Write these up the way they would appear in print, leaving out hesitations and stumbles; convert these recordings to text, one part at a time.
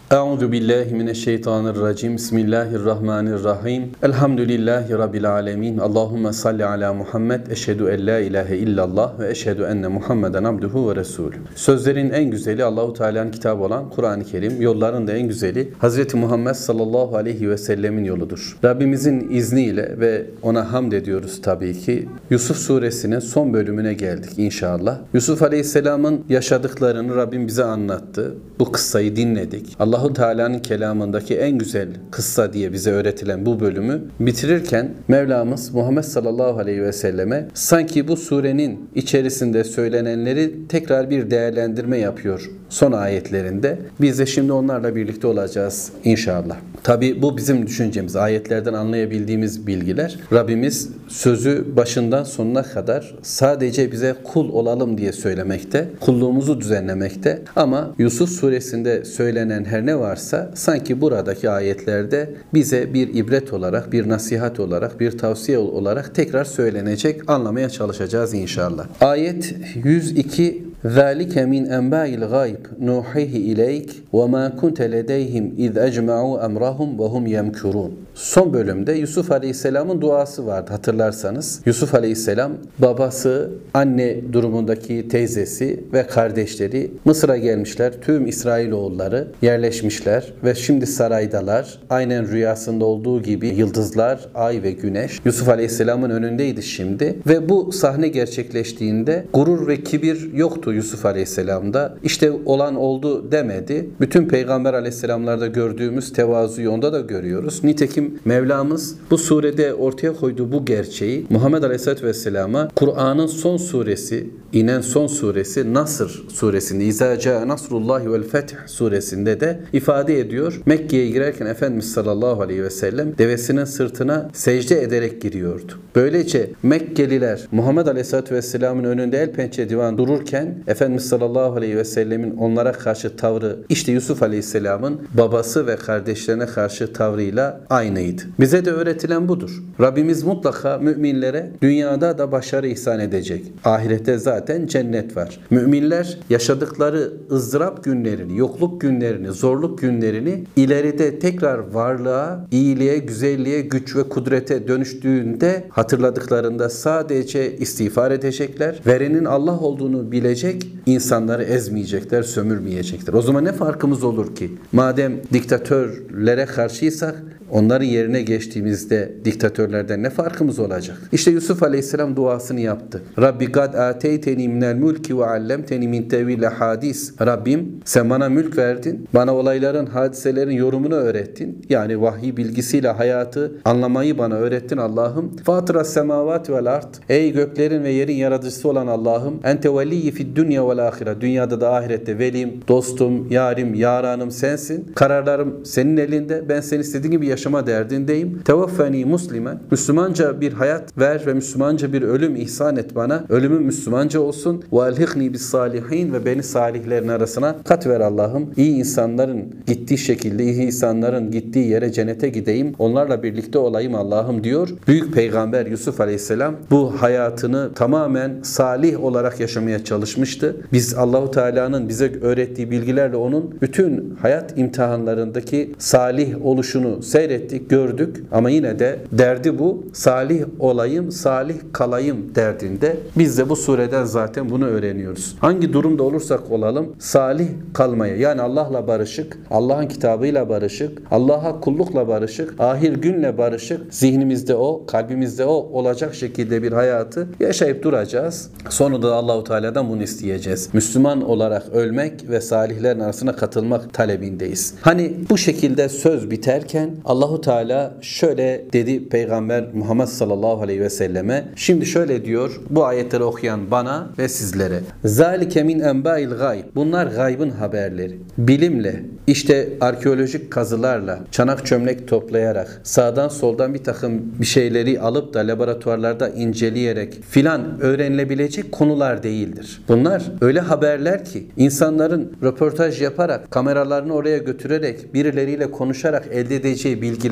Euzu billahi mineşşeytanirracim. Bismillahirrahmanirrahim. Elhamdülillahi rabbil alamin. Allahumme salli ala Muhammed. Eşhedü en la ilahe illallah ve eşhedü enne Muhammeden abduhu ve resulü. Sözlerin en güzeli Allahu Teala'nın kitabı olan Kur'an-ı Kerim. Yolların da en güzeli Hazreti Muhammed sallallahu aleyhi ve sellemin yoludur. Rabbimizin izniyle ve ona hamd ediyoruz tabii ki. Yusuf suresinin son bölümüne geldik inşallah. Yusuf aleyhisselamın yaşadıklarını Rabbim bize anlattı. Bu kıssayı dinledik. Allahu Teala'nın kelamındaki en güzel kıssa diye bize öğretilen bu bölümü bitirirken Mevlamız Muhammed sallallahu aleyhi ve selleme sanki bu surenin içerisinde söylenenleri tekrar bir değerlendirme yapıyor son ayetlerinde. Biz de şimdi onlarla birlikte olacağız inşallah. Tabi bu bizim düşüncemiz, ayetlerden anlayabildiğimiz bilgiler. Rabbimiz sözü başından sonuna kadar sadece bize kul olalım diye söylemekte, kulluğumuzu düzenlemekte. Ama Yusuf suresinde söylenen her ne varsa sanki buradaki ayetlerde bize bir ibret olarak, bir nasihat olarak, bir tavsiye olarak tekrar söylenecek, anlamaya çalışacağız inşallah. Ayet 102 ذَٰلِكَ مِنْ أَنْبَاءِ الْغَيْبِ نُوحِيهِ إِلَيْكَ وَمَا كُنْتَ لَدَيْهِمْ اِذْ أَجْمَعُوا أَمْرَهُمْ وَهُمْ يَمْكُرُونَ. Son bölümde Yusuf Aleyhisselam'ın duası vardı hatırlarsanız. Yusuf Aleyhisselam babası, anne durumundaki teyzesi ve kardeşleri Mısır'a gelmişler. Tüm İsrailoğulları yerleşmişler ve şimdi saraydalar. Aynen rüyasında olduğu gibi yıldızlar, ay ve güneş Yusuf Aleyhisselam'ın önündeydi şimdi. Ve bu sahne gerçekleştiğinde gurur ve kibir yoktu Yusuf Aleyhisselam'da. İşte olan oldu demedi. Bütün Peygamber Aleyhisselamlarda gördüğümüz tevazuyu onda da görüyoruz. Nitekim Mevlamız bu surede ortaya koyduğu bu gerçeği Muhammed Aleyhisselatü Vesselam'a Kur'an'ın son suresi, inen son suresi Nasr suresinde, İzâ câe nasrullâhi vel feth suresinde de ifade ediyor. Mekke'ye girerken Efendimiz sallallahu aleyhi ve sellem devesinin sırtına secde ederek giriyordu. Böylece Mekkeliler Muhammed Aleyhisselatü Vesselam'ın önünde el pençe divan dururken Efendimiz sallallahu aleyhi ve sellemin onlara karşı tavrı işte Yusuf Aleyhisselam'ın babası ve kardeşlerine karşı tavrıyla aynıydı. Bize de öğretilen budur. Rabbimiz mutlaka müminlere dünyada da başarı ihsan edecek. Ahirette zaten cennet var. Müminler yaşadıkları ızdırap günlerini, yokluk günlerini, zorluk günlerini ileride tekrar varlığa, iyiliğe, güzelliğe, güç ve kudrete dönüştüğünde hatırladıklarında sadece istiğfar edecekler. Verenin Allah olduğunu bilecek, insanları ezmeyecekler, sömürmeyecekler. O zaman ne farkımız olur ki? Madem diktatörlere karşıysak onların yerine geçtiğimizde diktatörlerden ne farkımız olacak? İşte Yusuf Aleyhisselam duasını yaptı. Rabbi kad ateyteni minel mulki ve allemteni min tevil hadis. Rabbim sen bana mülk verdin. Bana olayların, hadiselerin yorumunu öğrettin. Yani vahiy bilgisiyle hayatı anlamayı bana öğrettin Allah'ım. Fatıras semavati vel ard. Ey göklerin ve yerin yaratıcısı olan Allah'ım. Ente veliyyi fid dünya vel ahire. Dünyada da ahirette velim, dostum, yarim, yaranım sensin. Kararlarım senin elinde. Ben seni istediğin gibi yaşama derdindeyim. Tevaffeni muslimen. Müslümanca bir hayat ver ve Müslümanca bir ölüm ihsan et bana. Ölümüm Müslümanca olsun. Ve elhiqni bis salihin ve beni salihlerin arasına kat ver Allah'ım. İyi insanların gittiği şekilde, iyi insanların gittiği yere cennete gideyim. Onlarla birlikte olayım Allah'ım diyor. Büyük Peygamber Yusuf Aleyhisselam bu hayatını tamamen salih olarak yaşamaya çalışmıştı. Biz Allahu Teala'nın bize öğrettiği bilgilerle onun bütün hayat imtihanlarındaki salih oluşunu seyrettik, gördük ama yine de derdi bu. Salih olayım, salih kalayım derdinde. Biz de bu sureden zaten bunu öğreniyoruz. Hangi durumda olursak olalım salih kalmaya, yani Allah'la barışık, Allah'ın kitabıyla barışık, Allah'a kullukla barışık, ahir günle barışık, zihnimizde o, kalbimizde o olacak şekilde bir hayatı yaşayıp duracağız. Sonunda da Allahu Teala'dan bunu isteyeceğiz. Müslüman olarak ölmek ve salihlerin arasına katılmak talebindeyiz. Hani bu şekilde söz biterken Allahu Teala şöyle dedi Peygamber Muhammed sallallahu aleyhi ve selleme. Şimdi şöyle diyor bu ayetleri okuyan bana ve sizlere. Zalike min enba'il gayb. Bunlar gaybın haberleri. Bilimle, işte arkeolojik kazılarla, çanak çömlek toplayarak, sağdan soldan bir takım bir şeyleri alıp da laboratuvarlarda inceleyerek filan öğrenilebilecek konular değildir. Bunlar öyle haberler ki insanların röportaj yaparak, kameralarını oraya götürerek, birileriyle konuşarak elde edeceği bilgiler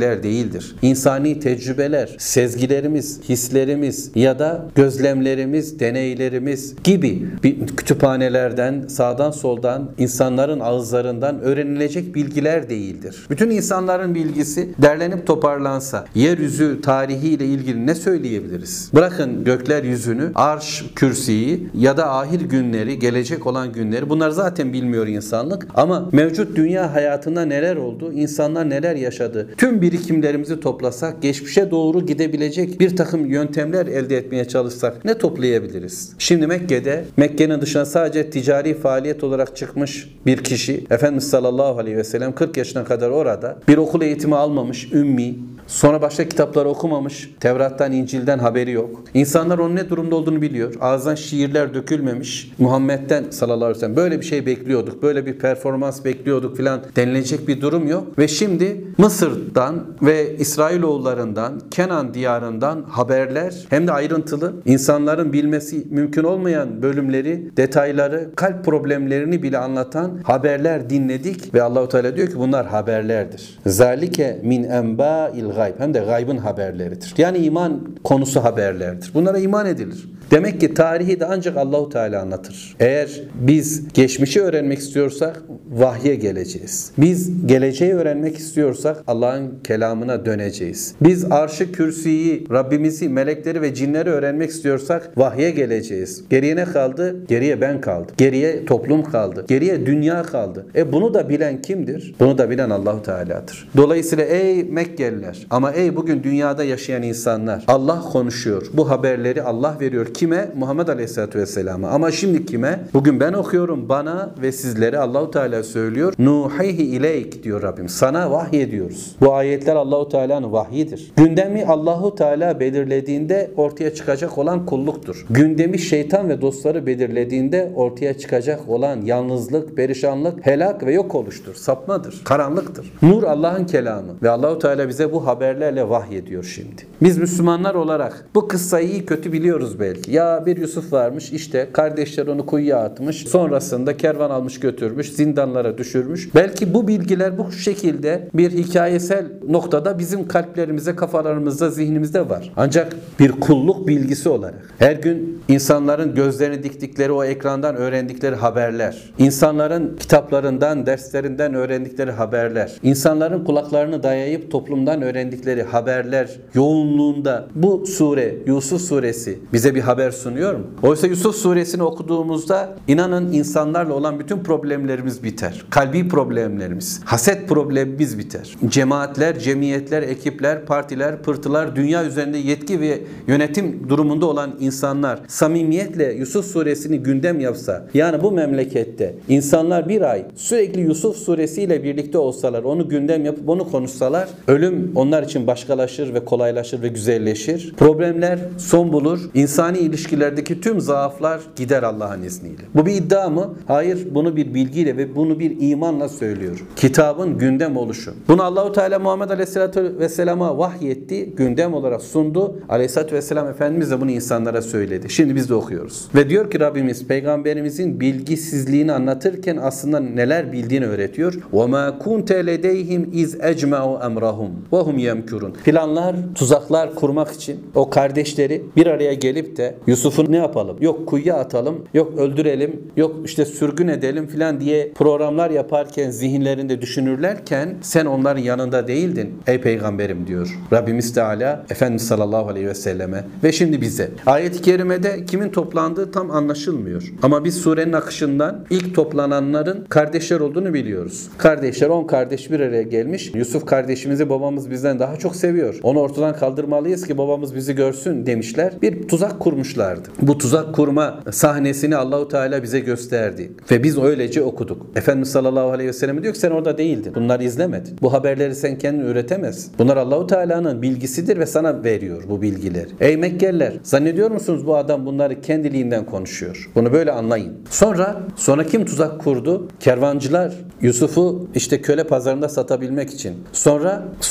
bilgiler değildir. İnsani tecrübeler, sezgilerimiz, hislerimiz ya da gözlemlerimiz, deneylerimiz gibi bir kütüphanelerden, sağdan soldan, insanların ağızlarından öğrenilecek bilgiler değildir. Bütün insanların bilgisi derlenip toparlansa, yeryüzü tarihiyle ilgili ne söyleyebiliriz? Bırakın gökler yüzünü, arş, kürsiyi ya da ahir günleri, gelecek olan günleri, bunlar zaten bilmiyor insanlık. Ama mevcut dünya hayatında neler oldu, insanlar neler yaşadı? Tüm birikimlerimizi toplasak, geçmişe doğru gidebilecek bir takım yöntemler elde etmeye çalışsak ne toplayabiliriz? Şimdi Mekke'nin dışına sadece ticari faaliyet olarak çıkmış bir kişi, Efendimiz sallallahu aleyhi ve sellem 40 yaşına kadar orada, bir okul eğitimi almamış, ümmi, sonra başka kitapları okumamış, Tevrat'tan, İncil'den haberi yok. İnsanlar onun ne durumda olduğunu biliyor. Ağzından şiirler dökülmemiş. Muhammed'den sallallahu aleyhi ve sellem böyle bir şey bekliyorduk, böyle bir performans bekliyorduk filan denilecek bir durum yok. Ve şimdi Mısır'dan ve İsrailoğullarından, Kenan diyarından haberler, hem de ayrıntılı, insanların bilmesi mümkün olmayan bölümleri, detayları, kalp problemlerini bile anlatan haberler dinledik ve Allahu Teala diyor ki bunlar haberlerdir. Zalike min enba'il gayb, hem de gaybın haberleridir. Yani iman konusu haberlerdir. Bunlara iman edilir. Demek ki tarihi de ancak Allahu Teala anlatır. Eğer biz geçmişi öğrenmek istiyorsak vahye geleceğiz. Biz geleceği öğrenmek istiyorsak Allah'ın kelamına döneceğiz. Biz arşı, kürsiyi, Rabbimizi, melekleri ve cinleri öğrenmek istiyorsak vahye geleceğiz. Geriye ne kaldı? Geriye ben kaldım. Geriye toplum kaldı. Geriye dünya kaldı. Bunu da bilen kimdir? Bunu da bilen Allahu Teala'dır. Dolayısıyla ey Mekkeliler, ama ey bugün dünyada yaşayan insanlar, Allah konuşuyor. Bu haberleri Allah veriyor. Kime? Muhammed Aleyhisselatü Vesselam'a. Ama şimdi kime? Bugün ben okuyorum, bana ve sizlere Allahu Teala söylüyor. Nuhihi ileyk diyor Rabbim. Sana vahyediyoruz. Bu ayetler Allahu Teala'nın vahyidir. Gündemi Allahu Teala belirlediğinde ortaya çıkacak olan kulluktur. Gündemi şeytan ve dostları belirlediğinde ortaya çıkacak olan yalnızlık, perişanlık, helak ve yok oluştur. Sapmadır. Karanlıktır. Nur Allah'ın kelamı ve Allahu Teala bize bu haberlerle vahyediyor şimdi. Biz Müslümanlar olarak bu kıssayı iyi kötü biliyoruz belki. Ya bir Yusuf varmış, işte kardeşler onu kuyuya atmış, sonrasında kervan almış götürmüş, zindanlara düşürmüş. Belki bu bilgiler bu şekilde bir hikayesel noktada bizim kalplerimize, kafalarımızda, zihnimizde var. Ancak bir kulluk bilgisi olarak her gün insanların gözlerini diktikleri o ekrandan öğrendikleri haberler, insanların kitaplarından, derslerinden öğrendikleri haberler, insanların kulaklarını dayayıp toplumdan öğrendikleri haberler yoğunluğunda bu sure, Yusuf suresi bize bir haber sunuyor mu? Oysa Yusuf suresini okuduğumuzda inanın insanlarla olan bütün problemlerimiz biter. Kalbi problemlerimiz, haset problemimiz biter. Cemaatler, cemiyetler, ekipler, partiler, pırtılar, dünya üzerinde yetki ve yönetim durumunda olan insanlar samimiyetle Yusuf suresini gündem yapsa, yani bu memlekette insanlar bir ay sürekli Yusuf suresiyle birlikte olsalar, onu gündem yapıp onu konuşsalar, ölüm onlar için başkalaşır ve kolaylaşır ve güzelleşir. Problemler son bulur. İnsani ilişkilerdeki tüm zaaflar gider Allah'ın izniyle. Bu bir iddia mı? Hayır. Bunu bir bilgiyle ve bunu bir imanla söylüyor. Kitabın gündem oluşu. Bunu Allahu Teala Muhammed Aleyhisselatü Vesselam'a vahyetti. Gündem olarak sundu. Aleyhisselatü Vesselam Efendimiz de bunu insanlara söyledi. Şimdi biz de okuyoruz. Ve diyor ki Rabbimiz Peygamberimizin bilgisizliğini anlatırken aslında neler bildiğini öğretiyor. وَمَا كُنْتَ لَدَيْهِمْ اِذْ اَجْمَعُوا اَمْرَهُمْ وَهُمْ يَمْكُرُونَ. Planlar, tuzaklar kurmak için o kardeşleri bir araya gelip de Yusuf'u ne yapalım? Yok kuyuya atalım, yok öldürelim, yok işte sürgün edelim filan diye programlar yaparken, zihinlerinde düşünürlerken sen onların yanında değildin ey peygamberim diyor Rabbimiz Teala Efendimiz sallallahu aleyhi ve selleme ve şimdi bize. Ayet-i kerimede kimin toplandığı tam anlaşılmıyor. Ama biz surenin akışından ilk toplananların kardeşler olduğunu biliyoruz. Kardeşler, 10 kardeş bir araya gelmiş. Yusuf kardeşimizi babamız bizden daha çok seviyor. Onu ortadan kaldırmalıyız ki babamız bizi görsün demişler. Bir tuzak kurmuşlardı. Bu tuzak kurma sahnesini Allahu Teala bize gösterdi. Ve biz öylece okuduk. Efendimiz sallallahu aleyhi ve sellem diyor ki sen orada değildin. Bunları izlemedin. Bu haberleri sen kendin üretemezsin. Bunlar Allahu Teala'nın bilgisidir ve sana veriyor bu bilgileri. Ey Mekkeliler, zannediyor musunuz bu adam bunları kendiliğinden konuşuyor? Bunu böyle anlayın. Sonra kim tuzak kurdu? Kervancılar Yusuf'u işte köle pazarında satabilmek için. Sonra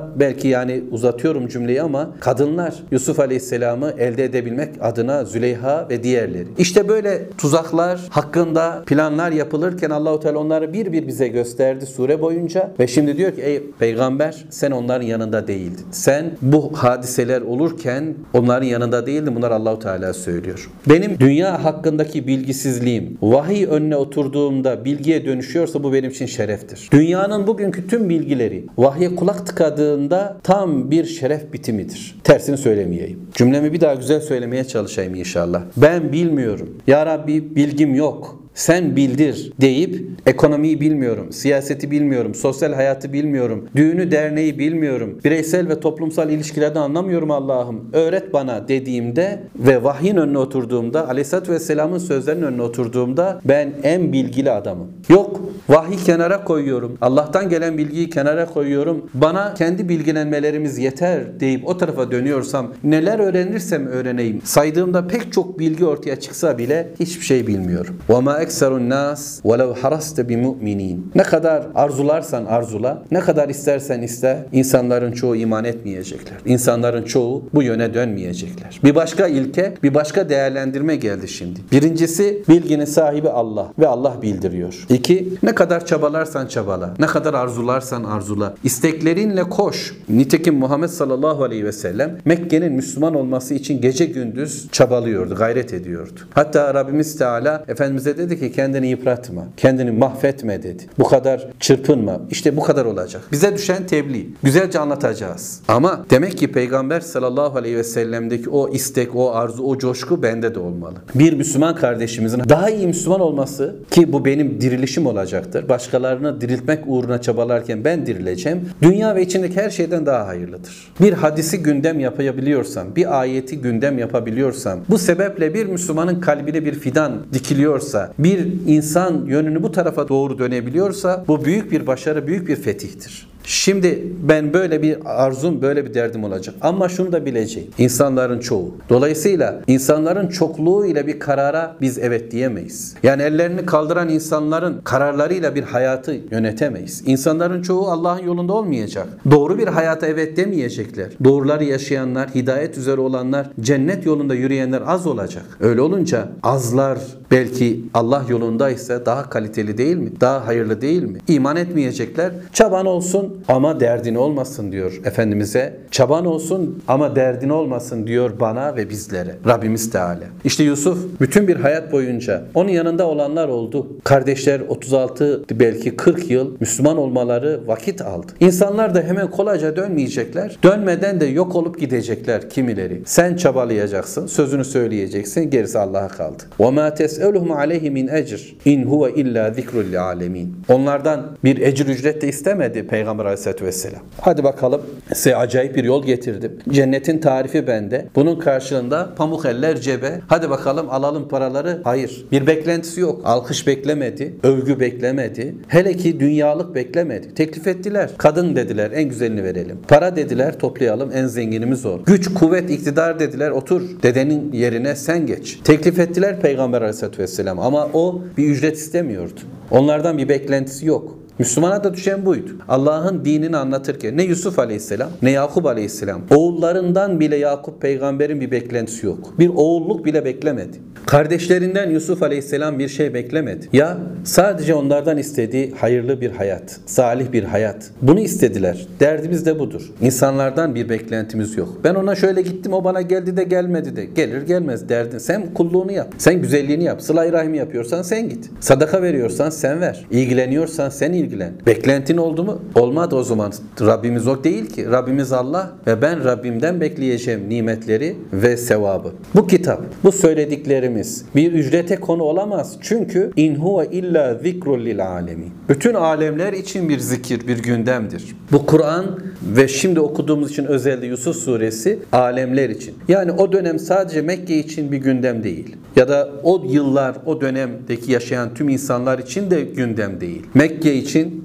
Sonra belki yani uzatıyorum cümleyi ama kadınlar Yusuf Aleyhisselam'ı elde edebilmek adına Züleyha ve diğerleri. İşte böyle tuzaklar hakkında planlar yapılırken Allah-u Teala onları bir bir bize gösterdi sure boyunca ve şimdi diyor ki ey peygamber sen onların yanında değildin. Sen bu hadiseler olurken onların yanında değildin. Bunlar Allah-u Teala söylüyor. Benim dünya hakkındaki bilgisizliğim vahiy önüne oturduğumda bilgiye dönüşüyorsa bu benim için şereftir. Dünyanın bugünkü tüm bilgileri vahye kulak tıkadığında tam bir şeref bitimidir. Tersini söylemeyeyim. Cümlemi bir daha güzel söylemeye çalışayım inşallah. Ben bilmiyorum. Ya Rabbi bilgim yok. Sen bildir deyip ekonomiyi bilmiyorum, siyaseti bilmiyorum, sosyal hayatı bilmiyorum, düğünü derneği bilmiyorum, bireysel ve toplumsal ilişkilerden anlamıyorum Allah'ım, öğret bana dediğimde ve vahyin önüne oturduğumda, Aleyhisselatü Vesselam'ın sözlerinin önüne oturduğumda ben en bilgili adamım. Yok, vahyi kenara koyuyorum, Allah'tan gelen bilgiyi kenara koyuyorum, bana kendi bilgilenmelerimiz yeter deyip o tarafa dönüyorsam, neler öğrenirsem öğreneyim, saydığımda pek çok bilgi ortaya çıksa bile hiçbir şey bilmiyorum. وَمَا ekserun nas velev haraste bi mu'minin. Ne kadar arzularsan arzula, ne kadar istersen iste, insanların çoğu iman etmeyecekler. İnsanların çoğu bu yöne dönmeyecekler. Bir başka ilke, bir başka değerlendirme geldi şimdi. Birincisi bilginin sahibi Allah ve Allah bildiriyor. İki, ne kadar çabalarsan çabala, ne kadar arzularsan arzula, isteklerinle koş. Nitekim Muhammed sallallahu aleyhi ve sellem Mekke'nin Müslüman olması için gece gündüz çabalıyordu, gayret ediyordu. Hatta Rabbimiz Teala Efendimiz'e dedi ki kendini yıpratma, kendini mahvetme dedi. Bu kadar çırpınma. İşte bu kadar olacak. Bize düşen tebliğ. Güzelce anlatacağız. Ama demek ki Peygamber sallallahu aleyhi ve sellem'deki o istek, o arzu, o coşku bende de olmalı. Bir Müslüman kardeşimizin daha iyi Müslüman olması ki bu benim dirilişim olacaktır. Başkalarını diriltmek uğruna çabalarken ben dirileceğim. Dünya ve içindeki her şeyden daha hayırlıdır. Bir hadisi gündem yapabiliyorsam, bir ayeti gündem yapabiliyorsam, bu sebeple bir Müslümanın kalbine bir fidan dikiliyorsa, bir insan yönünü bu tarafa doğru dönebiliyorsa bu büyük bir başarı, büyük bir fetihtir. Şimdi ben böyle bir arzum, böyle bir derdim olacak. Ama şunu da bileceğim. İnsanların çoğu. Dolayısıyla insanların çokluğu ile bir karara biz evet diyemeyiz. Yani ellerini kaldıran insanların kararlarıyla bir hayatı yönetemeyiz. İnsanların çoğu Allah'ın yolunda olmayacak. Doğru bir hayata evet demeyecekler. Doğruları yaşayanlar, hidayet üzere olanlar, cennet yolunda yürüyenler az olacak. Öyle olunca azlar belki Allah yolundaysa daha kaliteli değil mi? Daha hayırlı değil mi? İman etmeyecekler. Çaban olsun ama derdin olmasın diyor Efendimiz'e. Çaban olsun ama derdin olmasın diyor bana ve bizlere. Rabbimiz Teala. İşte Yusuf bütün bir hayat boyunca onun yanında olanlar oldu. Kardeşler 36 belki 40 yıl Müslüman olmaları vakit aldı. İnsanlar da hemen kolayca dönmeyecekler. Dönmeden de yok olup gidecekler kimileri. Sen çabalayacaksın, sözünü söyleyeceksin, gerisi Allah'a kaldı. وَمَا تَسْأَلُهُمْ عَلَيْهِ مِنْ اَجْرٍ اِنْ هُوَ اِلَّا ذِكْرُ لِلْعَالَمِينَ. Onlardan bir ecir ücret de istemedi Peygamber Aleyhisselatü Vesselam. Hadi bakalım size acayip bir yol getirdim. Cennetin tarifi bende. Bunun karşılığında pamuk eller cebe. Hadi bakalım alalım paraları. Hayır. Bir beklentisi yok. Alkış beklemedi. Övgü beklemedi. Hele ki dünyalık beklemedi. Teklif ettiler. Kadın dediler en güzelini verelim. Para dediler toplayalım en zenginimiz ol. Güç, kuvvet, iktidar dediler otur. Dedenin yerine sen geç. Teklif ettiler Peygamber Aleyhisselatü Vesselam ama o bir ücret istemiyordu. Onlardan bir beklentisi yok. Müslümana da düşen buydu. Allah'ın dinini anlatırken ne Yusuf Aleyhisselam ne Yakup Aleyhisselam oğullarından bile Yakup peygamberin bir beklentisi yok. Bir oğulluk bile beklemedi. Kardeşlerinden Yusuf Aleyhisselam bir şey beklemedi. Ya sadece onlardan istediği hayırlı bir hayat, salih bir hayat. Bunu istediler. Derdimiz de budur. İnsanlardan bir beklentimiz yok. Ben ona şöyle gittim o bana geldi de gelmedi de. Gelir gelmez derdin. Sen kulluğunu yap. Sen güzelliğini yap. Sıla-i rahmi yapıyorsan sen git. Sadaka veriyorsan sen ver. İlgileniyorsan sen ilgilen. Beklentin oldu mu? Olmadı o zaman. Rabbimiz o değil ki. Rabbimiz Allah ve ben Rabbimden bekleyeceğim nimetleri ve sevabı. Bu kitap, bu söylediklerimiz bir ücrete konu olamaz. Çünkü in huve illa zikrul lil alemin. Bütün alemler için bir zikir, bir gündemdir. Bu Kur'an ve şimdi okuduğumuz için özelde Yusuf suresi alemler için. Yani o dönem sadece Mekke için bir gündem değil. Ya da o yıllar, o dönemdeki yaşayan tüm insanlar için de gündem değil. Mekke için,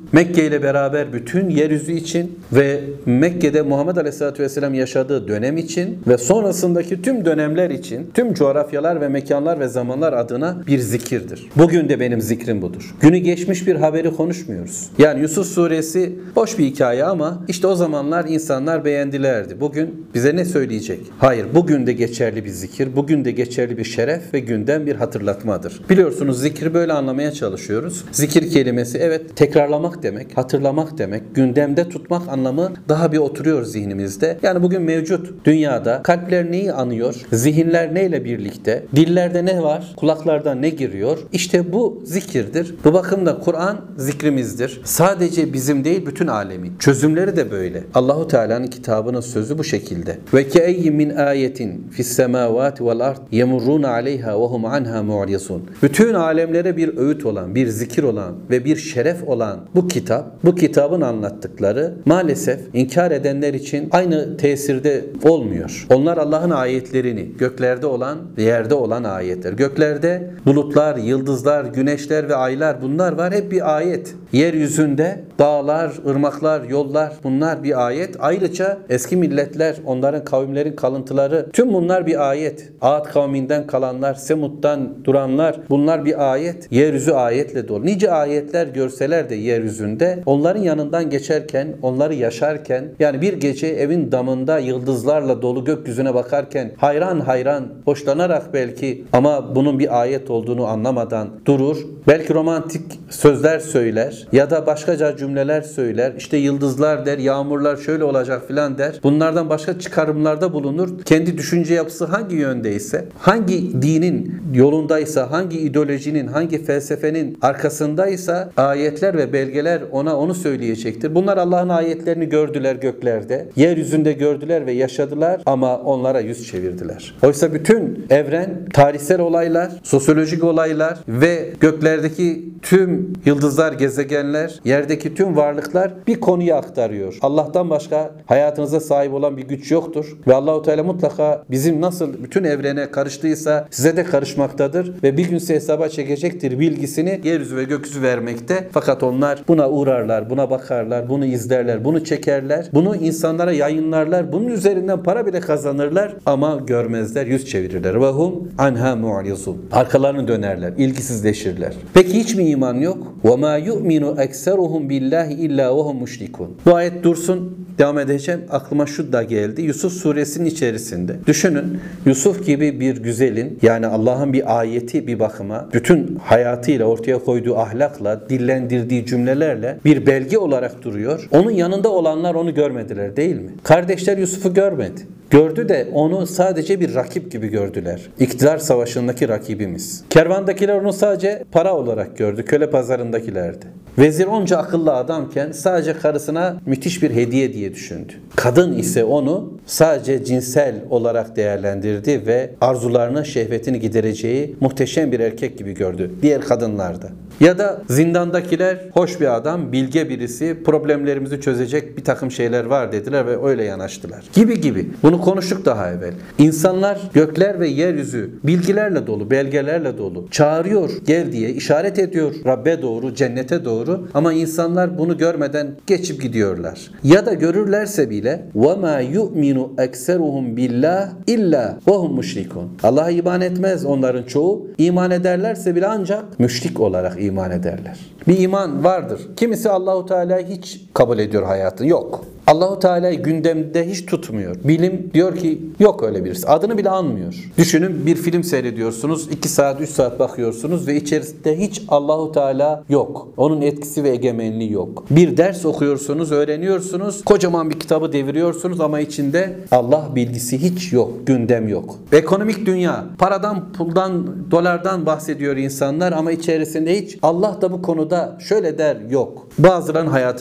Mekke ile beraber bütün yeryüzü için ve Mekke'de Muhammed Aleyhisselatü Vesselam yaşadığı dönem için ve sonrasındaki tüm dönemler için, tüm coğrafyalar ve mekanlar ve zamanlar adına bir zikirdir. Bugün de benim zikrim budur. Günü geçmiş bir haberi konuşmuyoruz. Yani Yusuf suresi boş bir hikaye ama işte o zamanlar insanlar beğendilerdi. Bugün bize ne söyleyecek? Hayır, bugün de geçerli bir zikir, bugün de geçerli bir şeref ve günden bir hatırlatmadır. Biliyorsunuz zikri böyle anlamaya çalışıyoruz. Zikir kelimesi evet tekrarlamak demek, hatırlamak demek, gündemde tutmak anlamı daha bir oturuyor zihnimizde. Yani bugün mevcut dünyada kalpler neyi anıyor, zihinler neyle birlikte, dillerde ne var, kulaklarda ne giriyor? İşte bu zikirdir. Bu bakımda Kur'an zikrimizdir. Sadece bizim değil bütün alemin. Çözümleri de böyle. Allahu Teala'nın kitabının sözü bu şekilde. Ve ke'eyyin min ayetin fis semavati vel ard yemurrun aleyha ve hum anha mu'rizun. Bütün alemlere bir öğüt olan, bir zikir olan ve bir şeref olan bu kitap, bu kitabın anlattıkları maalesef inkar edenler için aynı tesirde olmuyor. Onlar Allah'ın ayetlerini, göklerde olan, yerde olan ayetler. Göklerde bulutlar, yıldızlar, güneşler ve aylar bunlar var. Hep bir ayet. Yeryüzünde dağlar, ırmaklar, yollar bunlar bir ayet. Ayrıca eski milletler, onların kavimlerin kalıntıları tüm bunlar bir ayet. Ad kavminden kalanlar, Semud'dan duranlar bunlar bir ayet. Yeryüzü ayetle dolu. Nice ayetler görseler de yeryüzünde onların yanından geçerken, onları yaşarken yani bir gece evin damında yıldızlarla dolu gökyüzüne bakarken hayran hayran, hoşlanarak belki ama bunun bir ayet olduğunu anlamadan durur. Belki romantik sözler söyler ya da başkaca cümleler söyler. İşte yıldızlar der, yağmurlar şöyle olacak filan der. Bunlardan başka çıkarımlarda bulunur. Kendi düşünce yapısı hangi yöndeyse, hangi dinin yolundaysa, hangi ideolojinin, hangi felsefenin arkasındaysa ayetler ve belgeler ona onu söyleyecektir. Bunlar Allah'ın ayetlerini gördüler göklerde. Yeryüzünde gördüler ve yaşadılar ama onlara yüz çevirdiler. Oysa bütün evren, tarihsel olaylar, sosyolojik olaylar ve göklerdeki tüm yıldızlar, gezegenler, yerdeki tüm varlıklar bir konuyu aktarıyor. Allah'tan başka hayatınıza sahip olan bir güç yoktur ve Allahu Teala mutlaka bizim nasıl bütün evrene karıştıysa size de karışmaktadır ve bir gün size hesaba çekecektir bilgisini yeryüzü ve gökyüzü vermekte. Fakat onlar buna uğrarlar, buna bakarlar, bunu izlerler, bunu çekerler, bunu insanlara yayınlarlar, bunun üzerinden para bile kazanırlar ama görmezler, yüz çevirirler. Ve hum anha mu'rizun. Arkalarını dönerler, ilgisizleşirler. Peki hiç mi iman yok? Ve ma yu'minu ekseruhum billahi illa ve hum müşrikun. Bu ayet dursun, devam edeceğim. Aklıma şu da geldi. Yusuf suresinin içerisinde. Düşünün, Yusuf gibi bir güzelin yani Allah'ın bir ayeti bir bakıma bütün hayatıyla ortaya koyduğu ahlakla, dillendirdiği cümlelerle bir belge olarak duruyor. Onun yanında olanlar onu görmediler değil mi? Kardeşler Yusuf'u görmedi. Gördü de onu sadece bir rakip gibi gördüler. İktidar savaşındaki rakibimiz. Kervandakiler onu sadece para olarak gördü. Köle pazarındakilerdi. Vezir onca akıllı adamken sadece karısına müthiş bir hediye diye düşündü. Kadın ise onu sadece cinsel olarak değerlendirdi ve arzularını, şehvetini gidereceği muhteşem bir erkek gibi gördü. Diğer kadınlar da. Ya da zindandakiler hoş bir adam, bilge birisi, problemlerimizi çözecek bir takım şeyler var dediler ve öyle yanaştılar. Gibi. Bunu konuştuk daha evvel. İnsanlar, gökler ve yeryüzü bilgilerle dolu, belgelerle dolu. Çağırıyor, gel diye, işaret ediyor Rabbe doğru, cennete doğru ama insanlar bunu görmeden geçip gidiyorlar. Ya da görürlerse bile وَمَا يُؤْمِنُ اَكْسَرُهُمْ بِاللّٰهِ اِلَّا وَهُمْ مُشْرِكُونَ. Allah'a iman etmez onların çoğu. İman ederlerse bile ancak müşrik olarak iman ederler. Bir iman vardır. Kimisi Allahu Teala'yı hiç kabul ediyor hayatı. Yok. Allahu Teala'yı gündemde hiç tutmuyor. Bilim diyor ki yok öyle birisi. Adını bile anmıyor. Düşünün bir film seyrediyorsunuz. 2 saat 3 saat bakıyorsunuz ve içerisinde hiç Allahu Teala yok. Onun etkisi ve egemenliği yok. Bir ders okuyorsunuz, öğreniyorsunuz. Kocaman bir kitabı deviriyorsunuz ama içinde Allah bilgisi hiç yok. Gündem yok. Ekonomik dünya. Paradan, puldan, dolardan bahsediyor insanlar ama içerisinde hiç Allah da bu konuda şöyle der yok. Bazılarının hayatı böyle.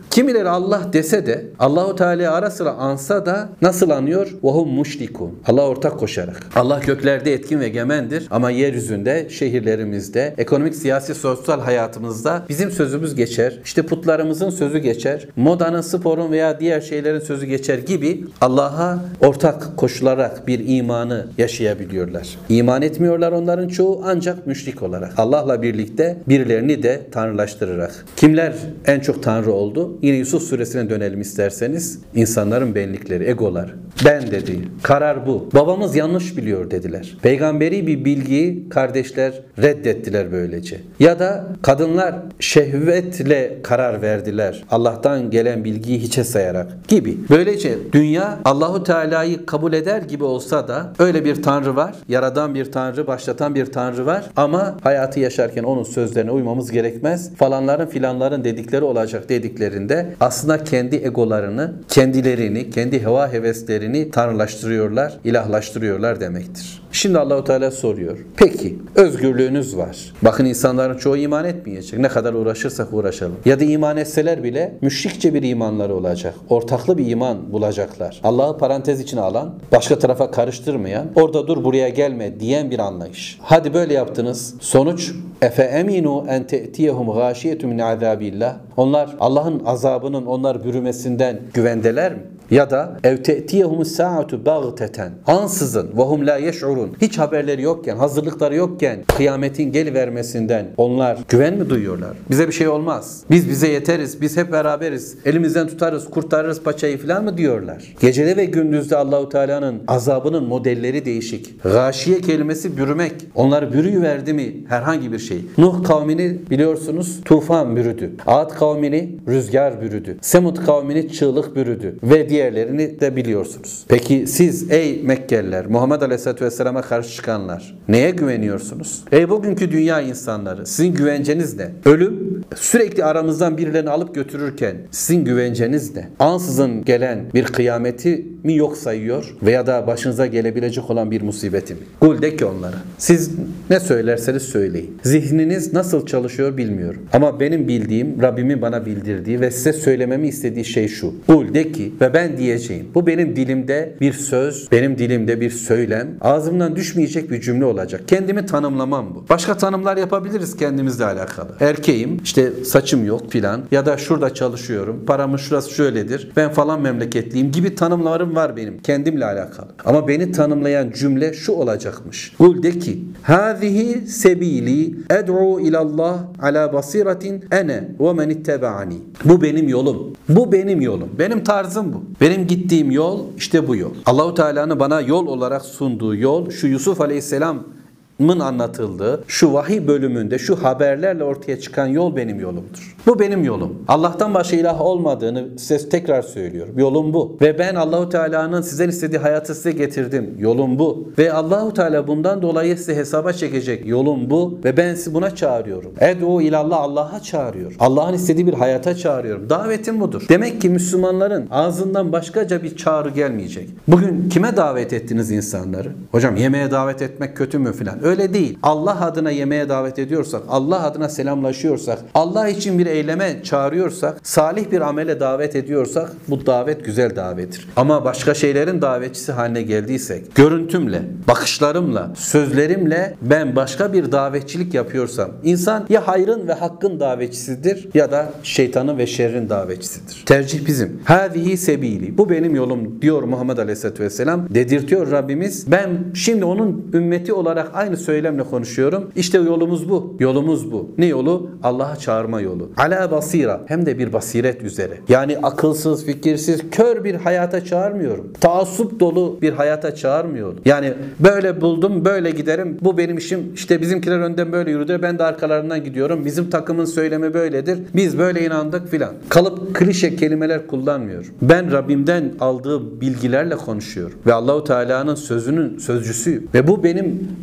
Kimileri Allah dese de Allahu Teala ara sıra ansa da nasıl anıyor? Vahum müşrikun. Allah ortak koşarak. Allah göklerde etkin ve egemendir ama yeryüzünde, şehirlerimizde, ekonomik, siyasi, sosyal hayatımızda bizim sözümüz geçer. İşte putlarımızın sözü geçer. Modanın, sporun veya diğer şeylerin sözü geçer gibi Allah'a ortak koşularak bir imanı yaşayabiliyorlar. İman etmiyorlar onların çoğu ancak müşrik olarak. Allah'la birlikte birilerini de tanrılaştırarak. Kimler en çok tanrı oldu? Yine Yusuf suresine dönelim isterseniz. İnsanların benlikleri, egolar. Ben dedi. Karar bu. Babamız yanlış biliyor dediler. Peygamberi bir bilgiyi kardeşler reddettiler böylece. Ya da kadınlar şehvetle karar verdiler. Allah'tan gelen bilgiyi hiçe sayarak gibi. Böylece dünya Allahu Teala'yı kabul eder gibi olsa da öyle bir tanrı var. Yaradan bir tanrı, başlatan bir tanrı var. Ama hayatı yaşarken onun sözlerine uymamız gerekmez. Falanların filanların dedikleri olacak dediklerinde aslında kendi egolarını, kendilerini, kendi heva heveslerini tanrılaştırıyorlar, ilahlaştırıyorlar demektir. Şimdi Allahu Teala soruyor. Peki özgürlüğünüz var. Bakın insanların çoğu iman etmeyecek. Ne kadar uğraşırsak uğraşalım. Ya da iman etseler bile müşrikçe bir imanları olacak. Ortaklı bir iman bulacaklar. Allah'ı parantez içine alan, başka tarafa karıştırmayan, orada dur buraya gelme diyen bir anlayış. Hadi böyle yaptınız. Sonuç efe eminu en te'tiyehum gâşiyetun min azabillah. Onlar Allah'ın azabının onlar bürümesinden güvendeler mi? Ya da ev te'tiyehumus saatu bagteten. Ansızın ve hum la yeş'urun. Hiç haberleri yokken, hazırlıkları yokken kıyametin gelivermesinden onlar güven mi duyuyorlar? Bize bir şey olmaz. Biz bize yeteriz. Biz hep beraberiz. Elimizden tutarız, kurtarırız paçayı falan mı diyorlar? Gecede ve gündüzde Allahu Teala'nın azabının modelleri değişik. Gâşiye kelimesi bürümek. Onları bürüyüverdi mi herhangi bir şey. Nuh kavmini biliyorsunuz tufan bürüdü. Ad kavmini rüzgar bürüdü. Semud kavmini çığlık bürüdü. Ve diğerlerini de biliyorsunuz. Peki siz ey Mekkeliler, Muhammed Aleyhisselatü Vesselam'a karşı çıkanlar neye güveniyorsunuz? Ey bugünkü dünya insanları, sizin güvenceniz ne? Ölüm sürekli aramızdan birilerini alıp götürürken sizin güvenceniz ne? Ansızın gelen bir kıyameti mi yok sayıyor veya da başınıza gelebilecek olan bir musibeti mi? Kul de ki onlara. Siz ne söylerseniz söyleyin. Zihniniz nasıl çalışıyor bilmiyorum. Ama benim bildiğim, Rabbimin bana bildirdiği ve size söylememi istediği şey şu. Kul de ki ve ben diyeceğim. Bu benim dilimde bir söz, benim dilimde bir söylem, ağzımdan düşmeyecek bir cümle olacak. Kendimi tanımlamam bu. Başka tanımlar yapabiliriz kendimizle alakalı. Erkeğim, işte saçım yok filan ya da şurada çalışıyorum, paramın şurası şöyledir, ben falan memleketliyim gibi tanımlarım var benim kendimle alakalı. Ama beni tanımlayan cümle şu olacakmış. Kul de ki hâzihi sebîli ed'u ilallah ala basiratin ene ve men ittebaani. Bu benim yolum. Bu benim yolum. Benim tarzım bu. Benim gittiğim yol işte bu yol. Allahu Teala'nın bana yol olarak sunduğu yol şu Yusuf Aleyhisselam'ın anlatıldığı şu vahiy bölümünde şu haberlerle ortaya çıkan yol benim yolumdur. Bu benim yolum. Allah'tan başka ilah olmadığını size tekrar söylüyorum. Yolum bu. Ve ben Allahu Teala'nın sizden istediği hayatı size getirdim. Yolum bu. Ve Allahu Teala bundan dolayı size hesaba çekecek. Yolum bu. Ve ben sizi buna çağırıyorum. Ed'u ilallah, Allah'a çağırıyor. Allah'ın istediği bir hayata çağırıyorum. Davetim budur. Demek ki Müslümanların ağzından başkaca bir çağrı gelmeyecek. Bugün kime davet ettiniz insanları? Hocam yemeğe davet etmek kötü mü filan? Öyle değil. Allah adına yemeğe davet ediyorsak, Allah adına selamlaşıyorsak, Allah için bir eyleme çağırıyorsak, salih bir amele davet ediyorsak bu davet güzel davettir. Ama başka şeylerin davetçisi haline geldiysek, görüntümle, bakışlarımla, sözlerimle ben başka bir davetçilik yapıyorsam, insan ya hayrın ve hakkın davetçisidir ya da şeytanın ve şerrin davetçisidir. Tercih bizim. Hâzihi sebîli. Bu benim yolum diyor Muhammed Aleyhisselatü Vesselam. Dedirtiyor Rabbimiz. Ben şimdi onun ümmeti olarak aynı söylemle konuşuyorum. İşte yolumuz bu. Yolumuz bu. Ne yolu? Allah'a çağırma yolu. Ala basira. Hem de bir basiret üzere. Yani akılsız, fikirsiz, kör bir hayata çağırmıyorum. Taassup dolu bir hayata çağırmıyorum. Yani böyle buldum, böyle giderim. Bu benim işim. İşte bizimkiler önden böyle yürüdü. Ben de arkalarından gidiyorum. Bizim takımın söylemi böyledir. Biz böyle inandık filan. Kalıp klişe kelimeler kullanmıyorum. Ben Rabbimden aldığı bilgilerle konuşuyorum. Ve Allahu Teala'nın sözünün sözcüsüyüm. Ve bu benim söylediğim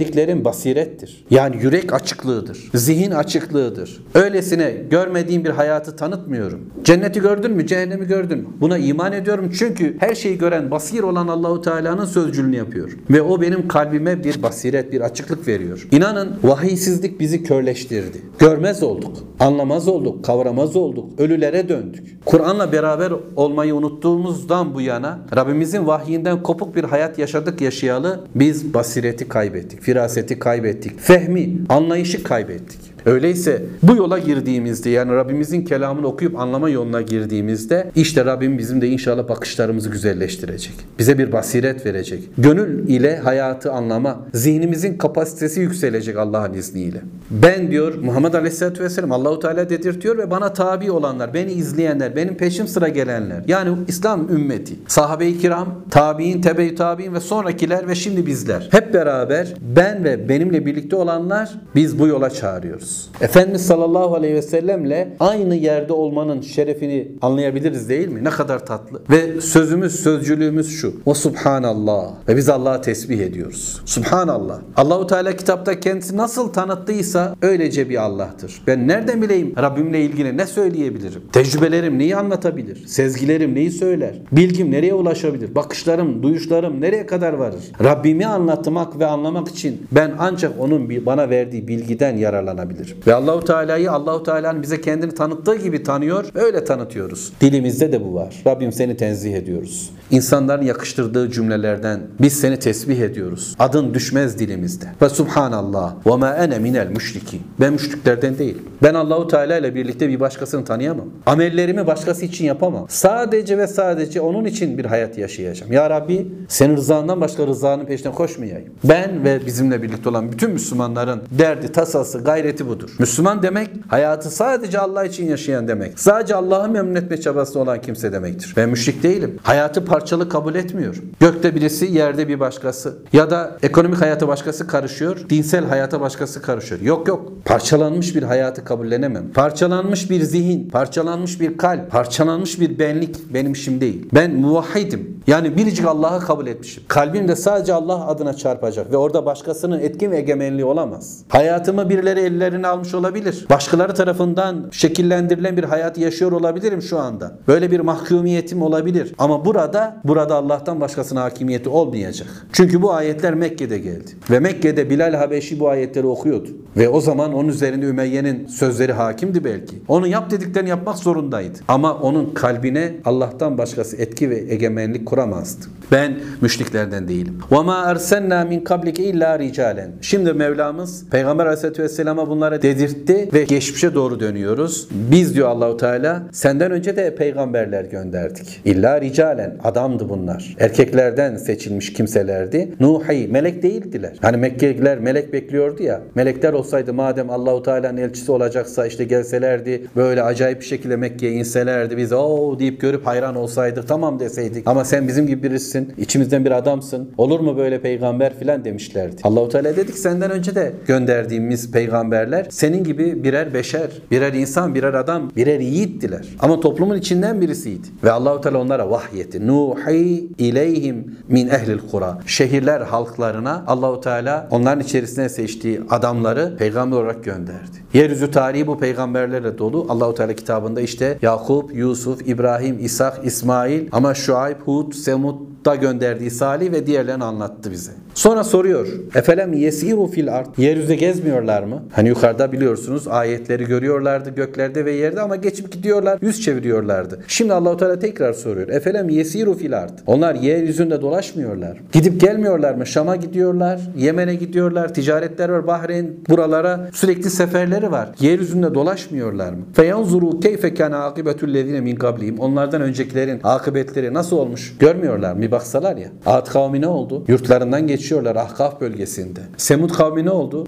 Söylediklerim basirettir. Yani yürek açıklığıdır. Zihin açıklığıdır. Öylesine görmediğim bir hayatı tanıtmıyorum. Cenneti gördün mü? Cehennemi gördün mü? Buna iman ediyorum çünkü her şeyi gören, basir olan Allahu Teala'nın sözcülüğünü yapıyor. Ve o benim kalbime bir basiret, bir açıklık veriyor. İnanın vahiysizlik bizi körleştirdi. Görmez olduk, anlamaz olduk, kavramaz olduk, ölülere döndük. Kur'an'la beraber olmayı unuttuğumuzdan bu yana Rabbimizin vahyinden kopuk bir hayat yaşadık yaşayalı biz basireti kaybettik, firaseti kaybettik, fehmi, anlayışı kaybettik. Öyleyse bu yola girdiğimizde yani Rabbimizin kelamını okuyup anlama yoluna girdiğimizde işte Rabbim bizim de inşallah bakışlarımızı güzelleştirecek. Bize bir basiret verecek. Gönül ile hayatı anlama, zihnimizin kapasitesi yükselecek Allah'ın izniyle. Ben diyor Muhammed Aleyhisselatü Vesselam Allahu Teala dedirtiyor ve bana tabi olanlar, beni izleyenler, benim peşim sıra gelenler yani İslam ümmeti, sahabe-i kiram, tabi'in, tebe-i tabi'in ve sonrakiler ve şimdi bizler hep beraber ben ve benimle birlikte olanlar biz bu yola çağırıyoruz. Efendimiz sallallahu aleyhi ve sellemle aynı yerde olmanın şerefini anlayabiliriz değil mi? Ne kadar tatlı. Ve sözcülüğümüz şu. O subhanallah. Ve biz Allah'a tesbih ediyoruz. Subhanallah. Allahu Teala kitapta kendisi nasıl tanıttıysa öylece bir Allah'tır. Ben nereden bileyim Rabbimle ilgili ne söyleyebilirim? Tecrübelerim neyi anlatabilir? Sezgilerim neyi söyler? Bilgim nereye ulaşabilir? Bakışlarım, duyuşlarım nereye kadar varır? Rabbimi anlatmak ve anlamak için ben ancak onun bana verdiği bilgiden yararlanabilirim. Ve Allahu Teala'nın bize kendini tanıttığı gibi tanıyor, öyle tanıtıyoruz. Dilimizde de bu var. Rabbim seni tenzih ediyoruz. İnsanların yakıştırdığı cümlelerden biz seni tesbih ediyoruz. Adın düşmez dilimizde. Ve subhanallah ve ma ene minel müşrikin. Ben müşriklerden değilim. Ben Allahu Teala ile birlikte bir başkasını tanıyamam. Amellerimi başkası için yapamam. Sadece ve sadece onun için bir hayat yaşayacağım. Ya Rabbi senin rızandan başka rızanın peşine koşmayayım. Ben ve bizimle birlikte olan bütün Müslümanların derdi, tasası, gayreti budur. Müslüman demek hayatı sadece Allah için yaşayan demek. Sadece Allah'ı memnun etme çabası olan kimse demektir. Ben müşrik değilim. Hayatı parçalı kabul etmiyorum. Gökte birisi, yerde bir başkası. Ya da ekonomik hayata başkası karışıyor, dinsel hayata başkası karışıyor. Yok. Parçalanmış bir hayatı kabullenemem. Parçalanmış bir zihin, parçalanmış bir kalp, parçalanmış bir benlik benim işim değil. Ben muvahhidim. Yani biricik Allah'ı kabul etmişim. Kalbim de sadece Allah adına çarpacak ve orada başkasının etkin ve egemenliği olamaz. Hayatımı birileri ellerine almış olabilir. Başkaları tarafından şekillendirilen bir hayat yaşıyor olabilirim şu anda. Böyle bir mahkumiyetim olabilir. Ama burada Allah'tan başkasına hakimiyeti olmayacak. Çünkü bu ayetler Mekke'de geldi. Ve Mekke'de Bilal Habeşi bu ayetleri okuyordu. Ve o zaman onun üzerinde Ümeyye'nin sözleri hakimdi belki. Onun yap dediklerini yapmak zorundaydı. Ama onun kalbine Allah'tan başkası etki ve egemenlik kuramazdı. Ben müşriklerden değilim. وَمَا أَرْسَلْنَا مِنْ قَبْلِكَ إِلَّا رِجَالًا. Şimdi Mevlamız Peygamber Aleyhisselatü Vesselam'a bunları dedirtti ve geçmişe doğru dönüyoruz. Biz diyor Allahu Teala senden önce de peygamberler gönderdik. İlla ricalen adamdı bunlar. Erkeklerden seçilmiş kimselerdi. Nuhi melek değildiler. Hani Mekkeliler melek bekliyordu ya. Melekler olsaydı madem Allahu Teala'nın elçisi olacaksa işte gelselerdi böyle acayip bir şekilde Mekke'ye inselerdi. Biz o deyip görüp hayran olsaydık tamam deseydik. Ama sen bizim gibi birisin. İçimizden bir adamsın. Olur mu böyle peygamber filan demişlerdi. Allahu Teala dedik senden önce de gönderdiğimiz peygamberler senin gibi birer beşer, birer insan, birer adam, birer yiğittiler. Ama toplumun içinden birisiydi. Ve Allahu Teala onlara vahyetti. Nuhi ileyhim min ehlil kura. Şehirler halklarına Allahu Teala onların içerisine seçtiği adamları peygamber olarak gönderdi. Yeryüzü tarihi bu peygamberlerle dolu. Allahu Teala kitabında işte Yakup, Yusuf, İbrahim, İshak, İsmail ama Şuayb, Hud, Semud'da gönderdiği Salih ve diğerlerini anlattı bize. Sonra soruyor. Efelem yesiru fil ard. Yeryüzü gezmiyorlar mı? Hani yukarıda biliyorsunuz ayetleri görüyorlardı göklerde ve yerde ama geçip gidiyorlar, yüz çeviriyorlardı. Şimdi Allahu Teala tekrar soruyor. Efelem yesiru fil ard. Onlar yeryüzünde dolaşmıyorlar. Gidip gelmiyorlar mı? Şam'a gidiyorlar, Yemen'e gidiyorlar, ticaretler var, Bahreyn buralara sürekli seferleri var. Yeryüzünde dolaşmıyorlar mı? Feyanzuru keyfe kana akibetu'llezine min qablihim. Onlardan öncekilerin akıbetleri nasıl olmuş? Görmüyorlar mı? Bir baksalar ya. Ad kavmi ne oldu? Yurtlarından geçiyorlar Ahkaf bölgesinde. Semud kavmi ne oldu?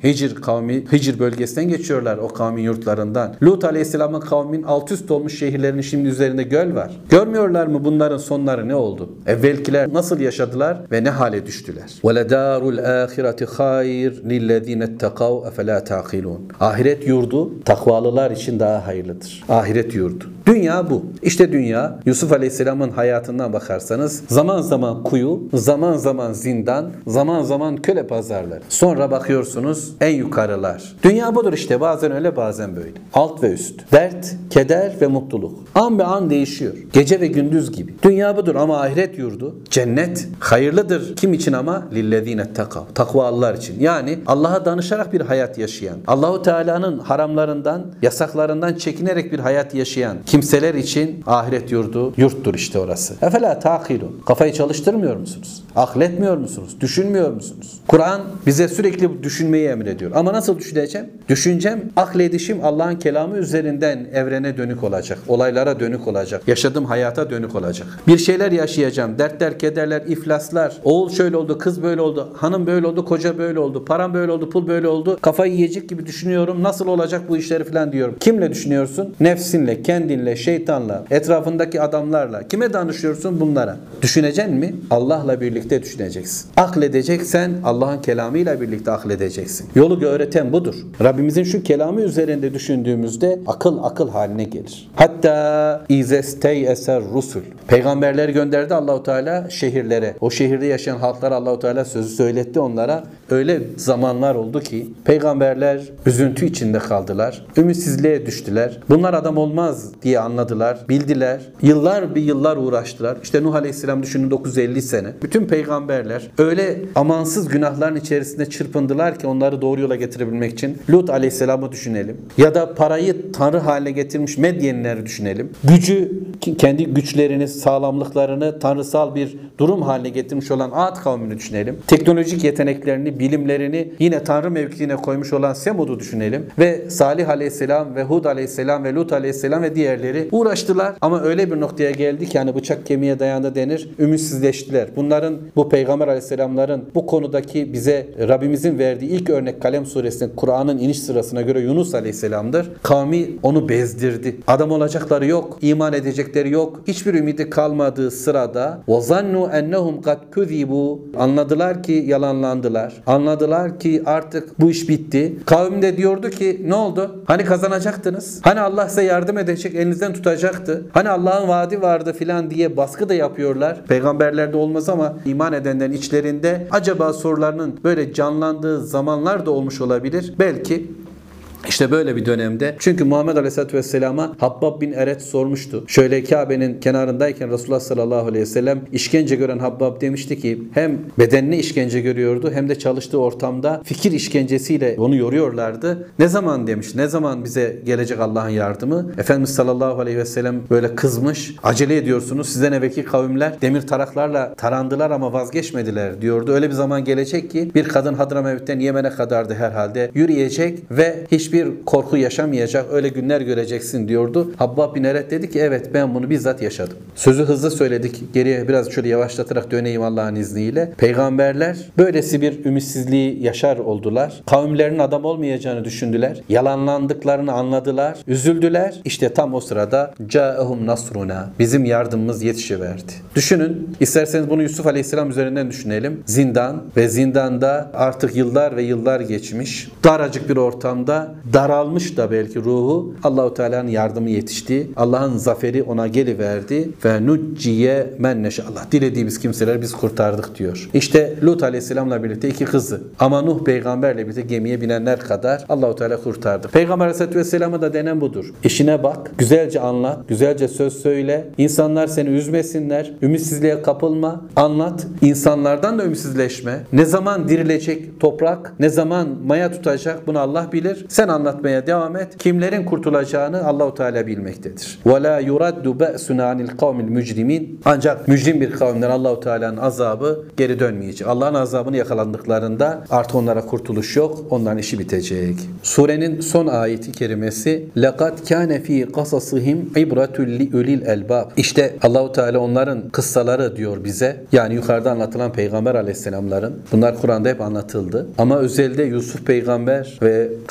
Hicr bölgesinden geçiyorlar o kavmin yurtlarından. Lut Aleyhisselam'ın kavmin alt üst olmuş şehirlerinin şimdi üzerinde göl var. Görmüyorlar mı bunların sonları ne oldu? Evvelkiler nasıl yaşadılar ve ne hale düştüler? وَلَدَارُ الْآخِرَةِ خَيْرٌ لِلَّذ۪ينَ اتَّقَوْا اَفَلَا تَعْقِلُونَ. Ahiret yurdu takvalılar için daha hayırlıdır. Ahiret yurdu. Dünya bu. İşte dünya, Yusuf Aleyhisselam'ın hayatından bakarsanız zaman zaman kuyu, zaman zaman zindan, zaman zaman köle pazarları. Sonra bakıyorsunuz en yukarılar. Dünya budur işte, bazen öyle bazen böyle. Alt ve üst. Dert, keder ve mutluluk. An be an değişiyor. Gece ve gündüz gibi. Dünya budur ama ahiret yurdu, cennet hayırlıdır. Kim için ama? Lillezine takav. Takvalılar için. Yani Allah'a danışarak bir hayat yaşayan, Allahu Teala'nın haramlarından, yasaklarından çekinerek bir hayat yaşayan kimseler için ahiret yurdu, yurttur işte orası. Efela takilun. Kafayı çalıştırmıyor musunuz? Akletmiyor musunuz? Düşünmüyor musunuz? Kur'an bize sürekli düşünmeyi emrediyor. Ama nasıl düşüneceğim? Düşüncem, akledişim Allah'ın kelamı üzerinden evrene dönük olacak. Olaylara dönük olacak. Yaşadığım hayata dönük olacak. Bir şeyler yaşayacağım. Dertler, kederler, iflaslar. Oğul şöyle oldu, kız böyle oldu, hanım böyle oldu, koca böyle oldu, param böyle oldu, pul böyle oldu. Kafayı yiyecek gibi düşünüyorum. Nasıl olacak bu işleri falan diyorum. Kimle düşünüyorsun? Nefsinle, kendinle, şeytanla, etrafındaki adamlarla. Kime danışıyorsun? Bunlara. Düşüneceksin mi? Allah'la birlikte düşüneceksin. Akledeceksen Allah'ın kelamıyla birlikte akledeceksin. Yolu öğreten budur. Rabbimizin şu kelamı üzerinde düşündüğümüzde akıl haline gelir. Hatta izestey eser rusul. Peygamberleri gönderdi Allahu Teala şehirlere. O şehirde yaşayan halklara Allahu Teala sözü söyletti onlara. Öyle zamanlar oldu ki peygamberler üzüntü içinde kaldılar. Ümitsizliğe düştüler. Bunlar adam olmaz diye anladılar, bildiler. Yıllar uğraştılar. İşte Nuh Aleyhisselam düşünün 950 sene. Bütün peygamberler öyle amansız günahların içerisinde çırpındılar ki onları doğru yola getirebilmek için. Lut Aleyhisselam'ı düşünelim. Ya da parayı tanrı haline getirmiş Medyenlileri düşünelim. Kendi güçlerini, sağlamlıklarını tanrısal bir durum haline getirmiş olan Ad kavmini düşünelim. Teknolojik yeteneklerini, bilimlerini yine tanrı mevkiine koymuş olan Semud'u düşünelim. Ve Salih Aleyhisselam ve Hud Aleyhisselam ve Lut Aleyhisselam ve diğerleri uğraştılar. Ama öyle bir noktaya geldi ki hani bıçak kemiğe dayandı denir. Ümitsizleştiler. Bunların, bu Peygamber Aleyhisselamların bu konudaki bize Rabbimizin verdiği ilk örnek Kalem suresinin Kur'an'ın iniş sırasına göre Yunus Aleyhisselam'dır. Kavmi onu bezdirdi. Adam olacakları yok. İman edecekleri yok. Hiçbir ümidi kalmadığı sırada وَظَنُّوا اَنَّهُمْ قَدْ كُذِبُوا Anladılar ki yalanlandılar. Anladılar ki artık bu iş bitti. Kavim de diyordu ki ne oldu? Hani kazanacaktınız? Hani Allah size yardım edecek, elinizden tutacaktı? Hani Allah'ın vaadi vardı filan diye baskı da yapıyorlar. Peygamberlerde olmaz ama iman edenlerin içlerinde acaba sorularının böyle canlandığı zamanlar da olmuş olabilir. Belki İşte böyle bir dönemde. Çünkü Muhammed Aleyhisselatü Vesselam'a Habbab bin Eret sormuştu. Şöyle Kabe'nin kenarındayken Resulullah sallallahu aleyhi ve sellem işkence gören Habbab demişti ki hem bedenine işkence görüyordu hem de çalıştığı ortamda fikir işkencesiyle onu yoruyorlardı. Ne zaman demiş, ne zaman bize gelecek Allah'ın yardımı? Efendimiz sallallahu aleyhi ve sellem böyle kızmış. Acele ediyorsunuz. Sizden evvelki kavimler demir taraklarla tarandılar ama vazgeçmediler diyordu. Öyle bir zaman gelecek ki bir kadın Hadramevt'ten Yemen'e kadardı herhalde. Yürüyecek ve hiçbir korku yaşamayacak, öyle günler göreceksin diyordu. Habbab bin Eret dedi ki evet ben bunu bizzat yaşadım. Sözü hızlı söyledik. Geriye biraz şöyle yavaşlatarak döneyim Allah'ın izniyle. Peygamberler böylesi bir ümitsizliği yaşar oldular. Kavimlerinin adam olmayacağını düşündüler. Yalanlandıklarını anladılar. Üzüldüler. İşte tam o sırada Câehum nasruna. Bizim yardımımız yetişiverdi. Düşünün. İsterseniz bunu Yusuf Aleyhisselam üzerinden düşünelim. Zindan ve zindanda artık yıllar ve yıllar geçmiş. Daracık bir ortamda daralmış da belki ruhu. Allahu Teala'nın yardımı yetişti. Allah'ın zaferi ona geliverdi. Ve nucciye men neşallah. Dilediğimiz kimseleri biz kurtardık diyor. İşte Lut Aleyhisselam'la birlikte iki kızı ama Nuh peygamberle birlikte gemiye binenler kadar Allahu Teala kurtardı. Peygamber Aleyhisselatü Vesselam'a da denen budur. İşine bak, güzelce anlat, güzelce söz söyle. İnsanlar seni üzmesinler. Ümitsizliğe kapılma. Anlat. İnsanlardan da ümitsizleşme. Ne zaman dirilecek toprak, ne zaman maya tutacak bunu Allah bilir. Sen anlatmaya devam et. Kimlerin kurtulacağını Allahu Teala bilmektedir. Ve la yuraddu ba'suna anil kavmil mücrimin. Ancak mücrim bir kavimden Allahu Teala'nın azabı geri dönmeyecek. Allah'ın azabını yakalandıklarında artık onlara kurtuluş yok. Onların işi bitecek. Surenin son ayeti kerimesi laqad kana fi qasasihim ibratun li ulil albab. İşte Allahu Teala onların kıssaları diyor bize. Yani yukarıda anlatılan peygamber aleyhisselamların. Bunlar Kur'an'da hep anlatıldı. Ama özelde Yusuf peygamber ve kardeşleri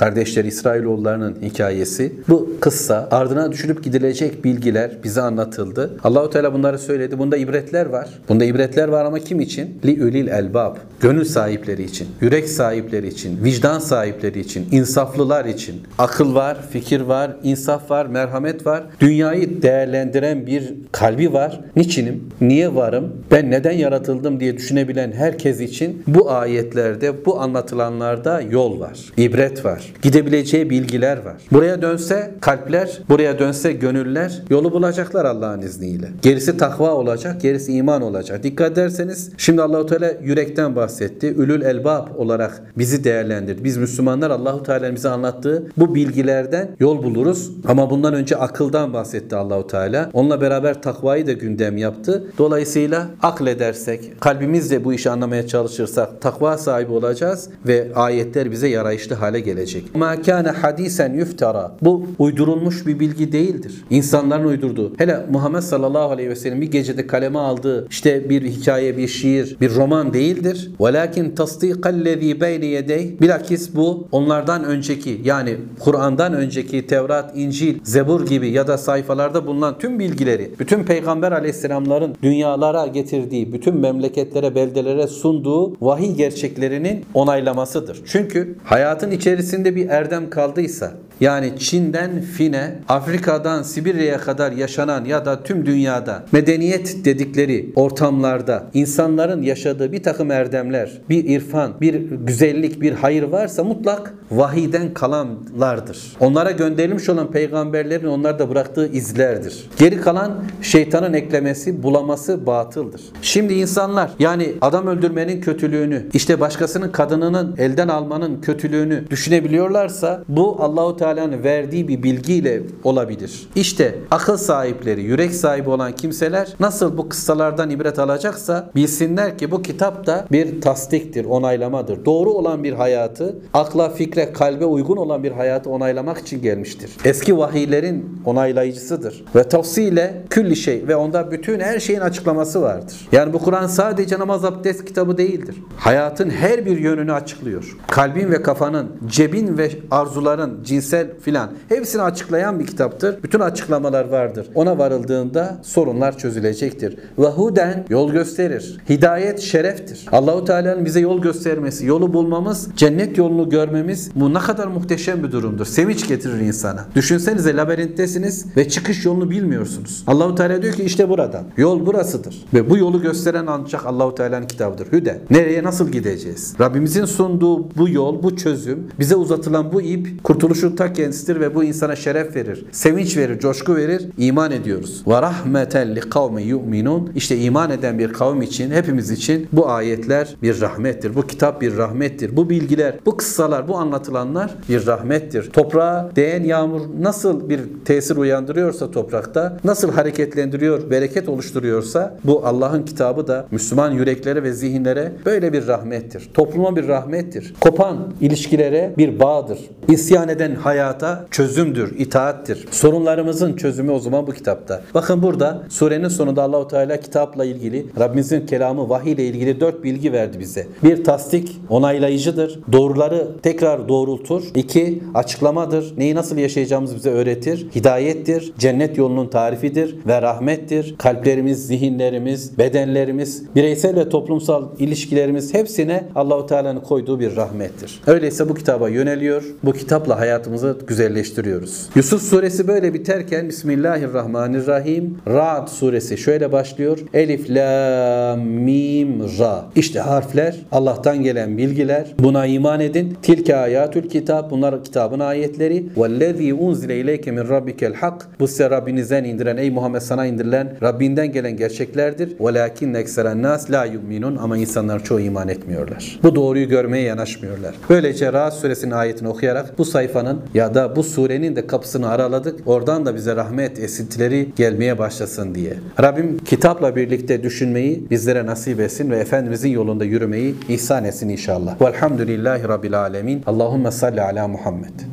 kardeşler İsrailoğullarının hikayesi. Bu kıssa, ardına düşülüp gidilecek bilgiler bize anlatıldı. Allahu Teala bunları söyledi. Bunda ibretler var. Bunda ibretler var ama kim için? Li'ülil elbab. Gönül sahipleri için, yürek sahipleri için, vicdan sahipleri için, insaflılar için. Akıl var, fikir var, insaf var, merhamet var. Dünyayı değerlendiren bir kalbi var. Niçinim? Niye varım? Ben neden yaratıldım diye düşünebilen herkes için bu ayetlerde, bu anlatılanlarda yol var. İbret var. Gidebileceği bilgiler var. Buraya dönse kalpler, buraya dönse gönüller yolu bulacaklar Allah'ın izniyle. Gerisi takva olacak, gerisi iman olacak. Dikkat ederseniz şimdi Allahu Teala yürekten bahsetti. Ülül elbab olarak bizi değerlendirdi. Biz Müslümanlar Allahu Teala'nın bize anlattığı bu bilgilerden yol buluruz. Ama bundan önce akıldan bahsetti Allahu Teala. Onunla beraber takvayı da gündem yaptı. Dolayısıyla akledersek, kalbimizle bu işi anlamaya çalışırsak takva sahibi olacağız ve ayetler bize yarayışlı hale gelecek. مَا كَانَ حَد۪يسًا يُفْتَرَى Bu uydurulmuş bir bilgi değildir. İnsanların uydurduğu. Hele Muhammed sallallahu aleyhi ve sellem bir gecede kaleme aldığı işte bir hikaye, bir şiir, bir roman değildir. وَلَكِنْ تَصْدِيقَ الَّذ۪ي بَيْنِ يَدَيْهِ Bilakis bu onlardan önceki yani Kur'an'dan önceki Tevrat, İncil, Zebur gibi ya da sayfalarda bulunan tüm bilgileri, bütün Peygamber aleyhisselamların dünyalara getirdiği, bütün memleketlere, beldelere sunduğu vahiy gerçeklerinin onaylamasıdır. Çünkü hayatın içerisinde bir erdem kaldıysa, yani Çin'den Fin'e, Afrika'dan Sibirya'ya kadar yaşanan ya da tüm dünyada medeniyet dedikleri ortamlarda insanların yaşadığı bir takım erdemler, bir irfan, bir güzellik, bir hayır varsa mutlak vahiyden kalanlardır. Onlara gönderilmiş olan peygamberlerin onlarda bıraktığı izlerdir. Geri kalan şeytanın eklemesi, bulaması batıldır. Şimdi insanlar yani adam öldürmenin kötülüğünü, işte başkasının kadınının elden almanın kötülüğünü düşünebiliyorlarsa bu Allahu Teala'nın verdiği bir bilgiyle olabilir. İşte akıl sahipleri, yürek sahibi olan kimseler nasıl bu kıssalardan ibret alacaksa bilsinler ki bu kitap da bir tasdiktir, onaylamadır. Doğru olan bir hayatı, akla, fikre, kalbe uygun olan bir hayatı onaylamak için gelmiştir. Eski vahiylerin onaylayıcısıdır. Ve tafsile külli şey ve onda bütün her şeyin açıklaması vardır. Yani bu Kur'an sadece namaz abdest kitabı değildir. Hayatın her bir yönünü açıklıyor. Kalbin ve kafanın, cebin ve arzuların, cinsel filan hepsini açıklayan bir kitaptır. Bütün açıklamalar vardır. Ona varıldığında sorunlar çözülecektir. Ve huden yol gösterir. Hidayet şereftir. Allahu Teala'nın bize yol göstermesi, yolu bulmamız, cennet yolunu görmemiz bu ne kadar muhteşem bir durumdur. Sevinç getirir insana. Düşünsenize labirenttesiniz ve çıkış yolunu bilmiyorsunuz. Allahu Teala diyor ki işte buradan. Yol burasıdır. Ve bu yolu gösteren ancak Allahu Teala'nın kitabıdır. Hüden. Nereye nasıl gideceğiz? Rabbimizin sunduğu bu yol, bu çözüm, bize uzatılan bu ip kurtuluşun ta kendisidir ve bu insana şeref verir. Sevinç verir, coşku verir. İman ediyoruz. Ve rahmeten li kavmi yu'minun. İşte iman eden bir kavim için, hepimiz için bu ayetler bir rahmettir. Bu kitap bir rahmettir. Bu bilgiler, bu kıssalar, bu anlatılanlar bir rahmettir. Toprağa değen yağmur nasıl bir tesir uyandırıyorsa toprakta, nasıl hareketlendiriyor, bereket oluşturuyorsa bu Allah'ın kitabı da Müslüman yüreklere ve zihinlere böyle bir rahmettir. Topluma bir rahmettir. Kopan ilişkilere bir bağdır. İsyan eden hayata çözümdür, itaattir. Sorunlarımızın çözümü o zaman bu kitapta. Bakın burada surenin sonunda Allahu Teala kitapla ilgili, Rabbimizin kelamı, vahiy ile ilgili 4 bilgi verdi bize. 1. Tasdik, onaylayıcıdır. Doğruları tekrar doğrultur. 2. Açıklamadır. Neyi nasıl yaşayacağımızı bize öğretir. Hidayettir. Cennet yolunun tarifidir ve rahmettir. Kalplerimiz, zihinlerimiz, bedenlerimiz, bireysel ve toplumsal ilişkilerimiz hepsine Allahu Teala'nın koyduğu bir rahmettir. Öyleyse bu kitaba yöneliyor. Bu kitapla hayatımızı güzelleştiriyoruz. Yusuf suresi böyle biterken Bismillahirrahmanirrahim. Ra'd suresi şöyle başlıyor. Elif, la, mim, ra. İşte harfler, Allah'tan gelen bilgiler. Buna iman edin. Tilke ayatül kitap. Bunlar kitabın ayetleri. Vellezî unzile ileyke min rabbikel hak. Bu size Rabbinizden indiren, ey Muhammed sana indirilen Rabbinden gelen gerçeklerdir. Velâkinne ekseren nas la yu'minun. Ama insanlar çoğu iman etmiyorlar. Bu doğruyu görmeye yanaşmıyorlar. Böylece Ra'd suresinin ayetini okuyarak bu sayfanın ya da bu surenin de kapısını araladık. Oradan da bize rahmet esintileri gelmeye başlasın diye. Rabbim kitapla birlikte düşünmeyi bizlere nasip etsin ve Efendimizin yolunda yürümeyi ihsan etsin inşallah. Velhamdülillahi Rabbil alemin. Allahümme salli ala Muhammed.